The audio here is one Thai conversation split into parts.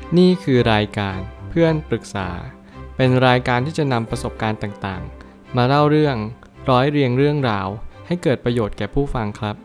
นี่คือรายการเพื่อนปรึกษาเป็นรายการที่จะนำประสบการณ์ต่างๆมาเล่าเรื่องร้อยเรียงเรื่องราวให้เกิดประโยชน์แก่ผู้ฟังครับ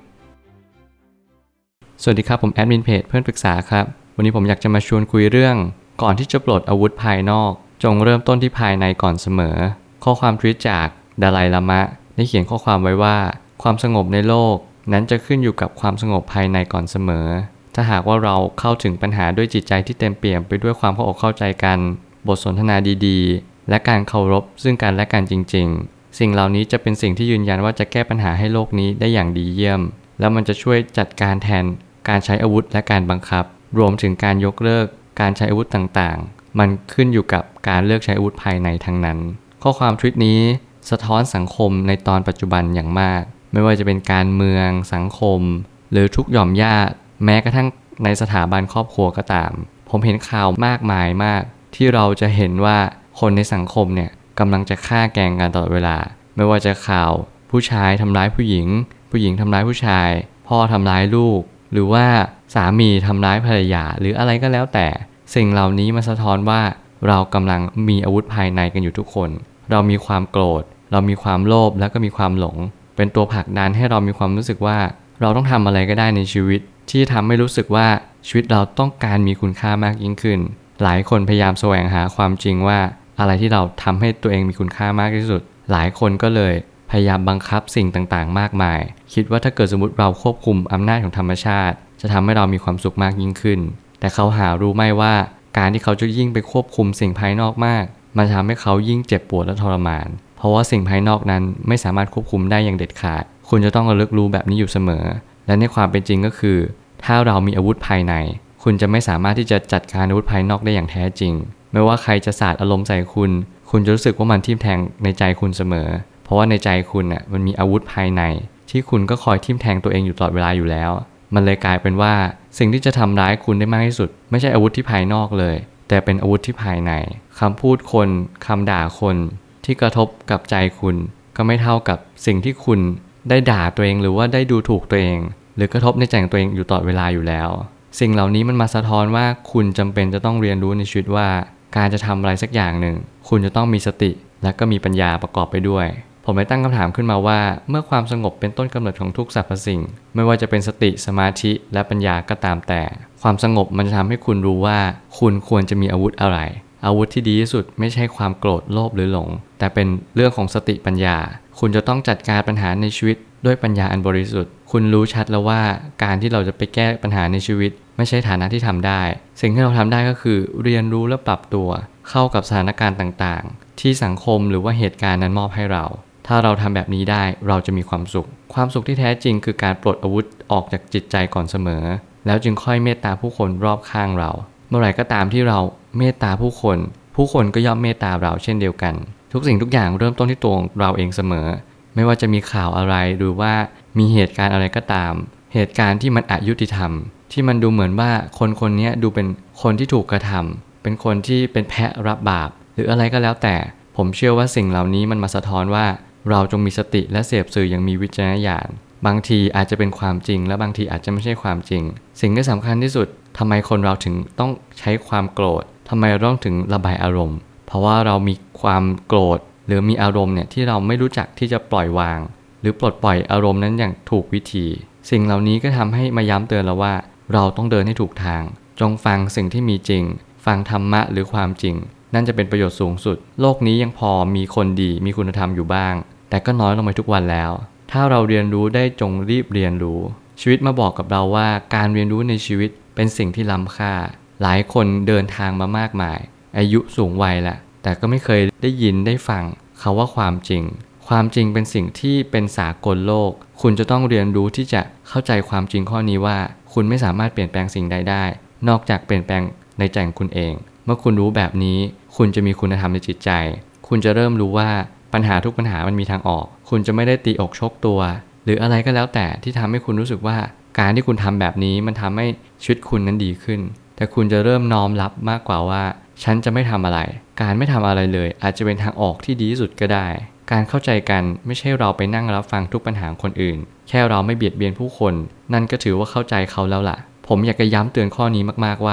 สวัสดีครับผมแอดมินเพจเพื่อนปรึกษาครับวันนี้ผมอยากจะมาชวนคุยเรื่องก่อนที่จะปลดอาวุธภายนอกจงเริ่มต้นที่ภายในก่อนเสมอข้อความทวีตจากดาไลลามะได้เขียนข้อความไว้ว่าความสงบในโลกนั้นจะขึ้นอยู่กับความสงบภายในก่อนเสมอถ้าหากว่าเราเข้าถึงปัญหาด้วยจิตใจที่เต็มเปี่ยมไปด้วยความเข้าอกเข้าใจกันบทสนทนาดีๆและการเคารพซึ่งกันและกันจริงๆสิ่งเหล่านี้จะเป็นสิ่งที่ยืนยันว่าจะแก้ปัญหาให้โลกนี้ได้อย่างดีเยี่ยมแล้วมันจะช่วยจัดการแทนการใช้อาวุธและการบังคับรวมถึงการยกเลิกการใช้อาวุธต่างๆมันขึ้นอยู่กับการเลือกใช้อาวุธภายในทั้งนั้นข้อความทวีตนี้สะท้อนสังคมในตอนปัจจุบันอย่างมากไม่ว่าจะเป็นการเมืองสังคมหรือทุกหย่อมย่าแม้กระทั่งในสถาบันครอบครัวก็ตามผมเห็นข่าวมากมายมากที่เราจะเห็นว่าคนในสังคมเนี่ยกำลังจะฆ่าแกล้งกันตลอดเวลาไม่ว่าจะข่าวผู้ชายทำร้ายผู้หญิงผู้หญิงทำร้ายผู้ชายพ่อทำร้ายลูกหรือว่าสามีทำร้ายภรรยาหรืออะไรก็แล้วแต่สิ่งเหล่านี้มันสะท้อนว่าเรากำลังมีอาวุธภายในกันอยู่ทุกคนเรามีความโกรธเรามีความโลภแล้วก็มีความหลงเป็นตัวผลักดันให้เรามีความรู้สึกว่าเราต้องทำอะไรก็ได้ในชีวิตที่ทำให้รู้สึกว่าชีวิตเราต้องการมีคุณค่ามากยิ่งขึ้นหลายคนพยายามแสวงหาความจริงว่าอะไรที่เราทำให้ตัวเองมีคุณค่ามากที่สุดหลายคนก็เลยพยายามบังคับสิ่งต่างๆมากมายคิดว่าถ้าเกิดสมมติเราควบคุมอำนาจของธรรมชาติจะทำให้เรามีความสุขมากยิ่งขึ้นแต่เขาหารู้ไหมว่าการที่เขาจะยิ่งไปควบคุมสิ่งภายนอกมากมันทำให้เขายิ่งเจ็บปวดและทรมานเพราะว่าสิ่งภายนอกนั้นไม่สามารถควบคุมได้อย่างเด็ดขาดคุณจะต้องระลึกรู้แบบนี้อยู่เสมอและในความเป็นจริงก็คือถ้าเรามีอาวุธภายในคุณจะไม่สามารถที่จะจัดการอาวุธภายนอกได้อย่างแท้จริงไม่ว่าใครจะสาดอารมณ์ใส่คุณคุณจะรู้สึกว่ามันทิ่มแทงในใจคุณเสมอเพราะว่าในใจคุณน่ะมันมีอาวุธภายในที่คุณก็คอยทิ่มแทงตัวเองอยู่ตลอดเวลาอยู่แล้วมันเลยกลายเป็นว่าสิ่งที่จะทำร้ายคุณได้มากที่สุดไม่ใช่อาวุธที่ภายนอกเลยแต่เป็นอาวุธที่ภายในคำพูดคนคำด่าคนที่กระทบกับใจคุณก็ไม่เท่ากับสิ่งที่คุณได้ด่าตัวเองหรือว่าได้ดูถูกตัวเองหรือกระทบในใจของตัวเองอยู่ตลอดเวลาอยู่แล้วสิ่งเหล่านี้มันมาสะท้อนว่าคุณจำเป็นจะต้องเรียนรู้ในชีวิตว่าการจะทำอะไรสักอย่างหนึ่งคุณจะต้องมีสติและก็มีปัญญาประกอบไปด้วยผมเลยตั้งคำถามขึ้นมาว่าเมื่อความสงบเป็นต้นกำเนิดของทุกสรรพสิ่งไม่ว่าจะเป็นสติสมาธิและปัญญาก็ตามแต่ความสงบมันจะทำให้คุณรู้ว่าคุณควรจะมีอาวุธอะไรอาวุธที่ดีที่สุดไม่ใช่ความโกรธโลภหรือหลงแต่เป็นเรื่องของสติปัญญาคุณจะต้องจัดการปัญหาในชีวิตด้วยปัญญาอันบริสุทธิ์คุณรู้ชัดแล้วว่าการที่เราจะไปแก้ปัญหาในชีวิตไม่ใช่ฐานะที่ทำได้สิ่งที่เราทำได้ก็คือเรียนรู้และปรับตัวเข้ากับสถานการณ์ต่างๆที่สังคมหรือว่าเหตุการณ์นั้นมอบให้เราถ้าเราทำแบบนี้ได้เราจะมีความสุขความสุขที่แท้จริงคือการปลดอาวุธออกจากจิตใจก่อนเสมอแล้วจึงค่อยเมตตาผู้คนรอบข้างเราเมื่อไหร่ก็ตามที่เราเมตตาผู้คนก็ย่อมเมตตาเราเช่นเดียวกันทุกสิ่งทุกอย่างเริ่มต้นที่ตัวเราเองเสมอไม่ว่าจะมีข่าวอะไรหรือว่ามีเหตุการณ์อะไรก็ตามเหตุการณ์ที่มันอยุติธรรมที่มันดูเหมือนว่าคนนี้ดูเป็นคนที่ถูกกระทำเป็นคนที่เป็นแพะรับบาปหรืออะไรก็แล้วแต่ผมเชื่อว่าสิ่งเหล่านี้มันมาสะท้อนว่าเราจงมีสติและเสพสื่ออย่างมีวิจารณญาณบางทีอาจจะเป็นความจริงและบางทีอาจจะไม่ใช่ความจริงสิ่งที่สำคัญที่สุดทำไมคนเราถึงต้องใช้ความโกรธทำไมเราต้องถึงระบายอารมณ์เพราะว่าเรามีความโกรธหรือมีอารมณ์เนี่ยที่เราไม่รู้จักที่จะปล่อยวางหรือปลดปล่อยอารมณ์นั้นอย่างถูกวิธีสิ่งเหล่านี้ก็ทำให้มาย้ำเตือนเราว่าเราต้องเดินให้ถูกทางจงฟังสิ่งที่มีจริงฟังธรรมะหรือความจริงนั่นจะเป็นประโยชน์สูงสุดโลกนี้ยังพอมีคนดีมีคุณธรรมอยู่บ้างแต่ก็น้อยลงไปทุกวันแล้วถ้าเราเรียนรู้ได้จงรีบเรียนรู้ชีวิตมาบอกกับเราว่าการเรียนรู้ในชีวิตเป็นสิ่งที่ล้ำค่าหลายคนเดินทางมามากมายอายุสูงวัยแล้วแต่ก็ไม่เคยได้ยินได้ฟังเขาว่าความจริงเป็นสิ่งที่เป็นสากลโลกคุณจะต้องเรียนรู้ที่จะเข้าใจความจริงข้อนี้ว่าคุณไม่สามารถเปลี่ยนแปลงสิ่งใดได้นอกจากเปลี่ยนแปลงในใจของคุณเองเมื่อคุณรู้แบบนี้คุณจะมีคุณธรรมในจิตใจคุณจะเริ่มรู้ว่าปัญหาทุกปัญหามันมีทางออกคุณจะไม่ได้ตีอกชกตัวหรืออะไรก็แล้วแต่ที่ทำให้คุณรู้สึกว่าการที่คุณทำแบบนี้มันทำให้ชีวิตคุณนั้นดีขึ้นแต่คุณจะเริ่มน้อมรับมากกว่าว่าฉันจะไม่ทำอะไรการไม่ทำอะไรเลยอาจจะเป็นทางออกที่ดีที่สุดก็ได้การเข้าใจกันไม่ใช่เราไปนั่งรับฟังทุกปัญหาคนอื่นแค่เราไม่เบียดเบียนผู้คนนั่นก็ถือว่าเข้าใจเขาแล้วล่ะผมอยากจะย้ำเตือนข้อนี้มากๆว่า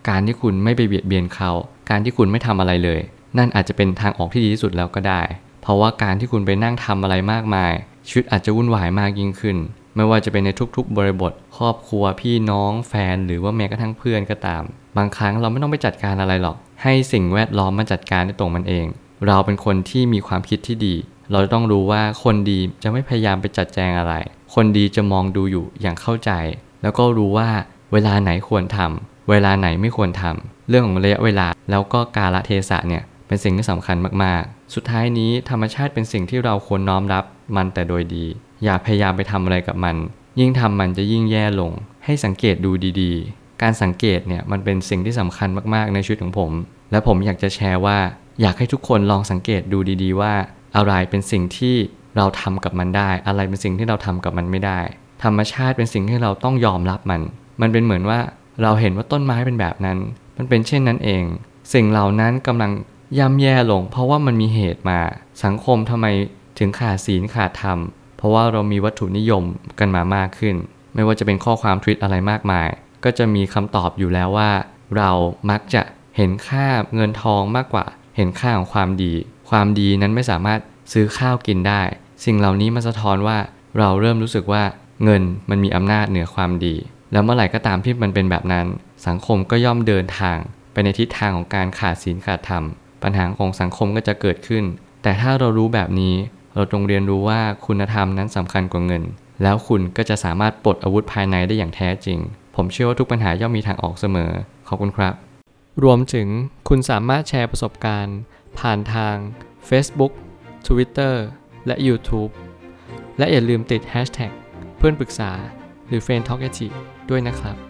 การที่คุณไม่ไปเบียดเบียนเขาการที่คุณไม่ทำอะไรเลยนั่นอาจจะเป็นทางออกที่ดีที่สุดแล้วก็ได้เพราะว่าการที่คุณไปนั่งทำอะไรมากมายชีวิตอาจจะวุ่นวายมากยิ่งขึ้นไม่ว่าจะเป็นในทุกๆบริบทครอบครัวพี่น้องแฟนหรือว่าแม้กระทั่งเพื่อนก็ตามบางครั้งเราไม่ต้องไปจัดการอะไรหรอกให้สิ่งแวดล้อมมาจัดการในตรงมันเองเราเป็นคนที่มีความคิดที่ดีเราต้องรู้ว่าคนดีจะไม่พยายามไปจัดแจงอะไรคนดีจะมองดูอยู่อย่างเข้าใจแล้วก็รู้ว่าเวลาไหนควรทำเวลาไหนไม่ควรทำเรื่องของระยะเวลาแล้วก็กาลเทศะเนี่ยเป็นสิ่งที่สำคัญมากๆสุดท้ายนี้ธรรมชาติเป็นสิ่งที่เราควรน้อมรับมันแต่โดยดีอย่าพยายามไปทำอะไรกับมันยิ่งทำมันจะยิ่งแย่ลงให้สังเกตดูดีๆการสังเกตเนี่ยมันเป็นสิ่งที่สำคัญมากๆในชีวิตของผมและผมอยากจะแชร์ว่าอยากให้ทุกคนลองสังเกตดูดีๆว่าอะไรเป็นสิ่งที่เราทำกับมันได้อะไรเป็นสิ่งที่เราทำกับมันไม่ได้ธรรมชาติเป็นสิ่งที่เราต้องยอมรับมันเป็นเหมือนว่าเราเห็นว่าต้นไม้เป็นแบบนั้นมันเป็นเช่นนั้นเองสิ่งเหล่านั้นกำลังย่ำแย่ลงเพราะว่ามันมีเหตุมาสังคมทำไมถึงขาดศีลขาดธรรมเพราะว่าเรามีวัตถุนิยมกันมามากขึ้นไม่ว่าจะเป็นข้อความทวิตอะไรมากมายก็จะมีคำตอบอยู่แล้วว่าเรามักจะเห็นค่าเงินทองมากกว่าเห็นค่าของความดีนั้นไม่สามารถซื้อข้าวกินได้สิ่งเหล่านี้มันสะท้อนว่าเราเริ่มรู้สึกว่าเงินมันมีอำนาจเหนือความดีแล้วเมื่อไหร่ก็ตามที่มันเป็นแบบนั้นสังคมก็ย่อมเดินทางไปในทิศทางของการขาดศีลขาดธรรมปัญหาของสังคมก็จะเกิดขึ้นแต่ถ้าเรารู้แบบนี้เราจงเรียนรู้ว่าคุณธรรมนั้นสำคัญกว่าเงินแล้วคุณก็จะสามารถปลดอาวุธภายในได้อย่างแท้จริงผมเชื่อว่าทุกปัญหาย่อมมีทางออกเสมอขอบคุณครับรวมถึงคุณสามารถแชร์ประสบการณ์ผ่านทาง Facebook Twitter และ YouTube และอย่าลืมติด Hashtag เพื่อนปรึกษาหรือ f r ร e n d Talk ด้วยนะครับ